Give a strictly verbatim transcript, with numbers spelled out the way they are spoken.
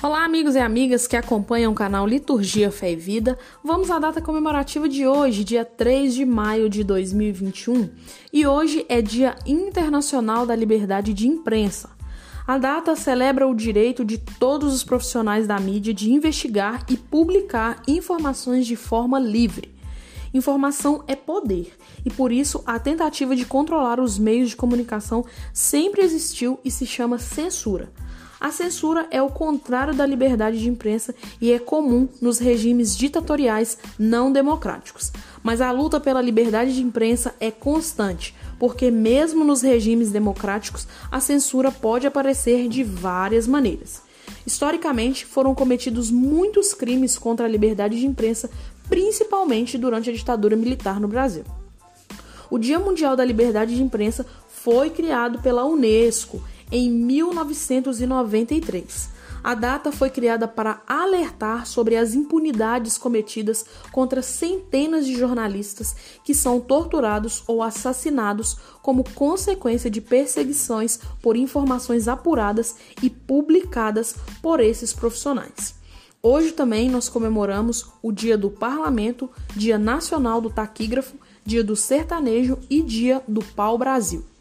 Olá, amigos e amigas que acompanham o canal Liturgia, Fé e Vida. Vamos à data comemorativa de hoje, dia três de maio de dois mil e vinte e um. E hoje é Dia Internacional da Liberdade de Imprensa. A data celebra o direito de todos os profissionais da mídia de investigar e publicar informações de forma livre. Informação é poder e, por isso, a tentativa de controlar os meios de comunicação sempre existiu e se chama censura. A censura é o contrário da liberdade de imprensa e é comum nos regimes ditatoriais não democráticos. Mas a luta pela liberdade de imprensa é constante, porque mesmo nos regimes democráticos, a censura pode aparecer de várias maneiras. Historicamente, foram cometidos muitos crimes contra a liberdade de imprensa, principalmente durante a ditadura militar no Brasil. O Dia Mundial da Liberdade de Imprensa foi criado pela Unesco em mil novecentos e noventa e três. A data foi criada para alertar sobre as impunidades cometidas contra centenas de jornalistas que são torturados ou assassinados como consequência de perseguições por informações apuradas e publicadas por esses profissionais. Hoje também nós comemoramos o Dia do Parlamento, Dia Nacional do Taquígrafo, Dia do Sertanejo e Dia do Pau-Brasil.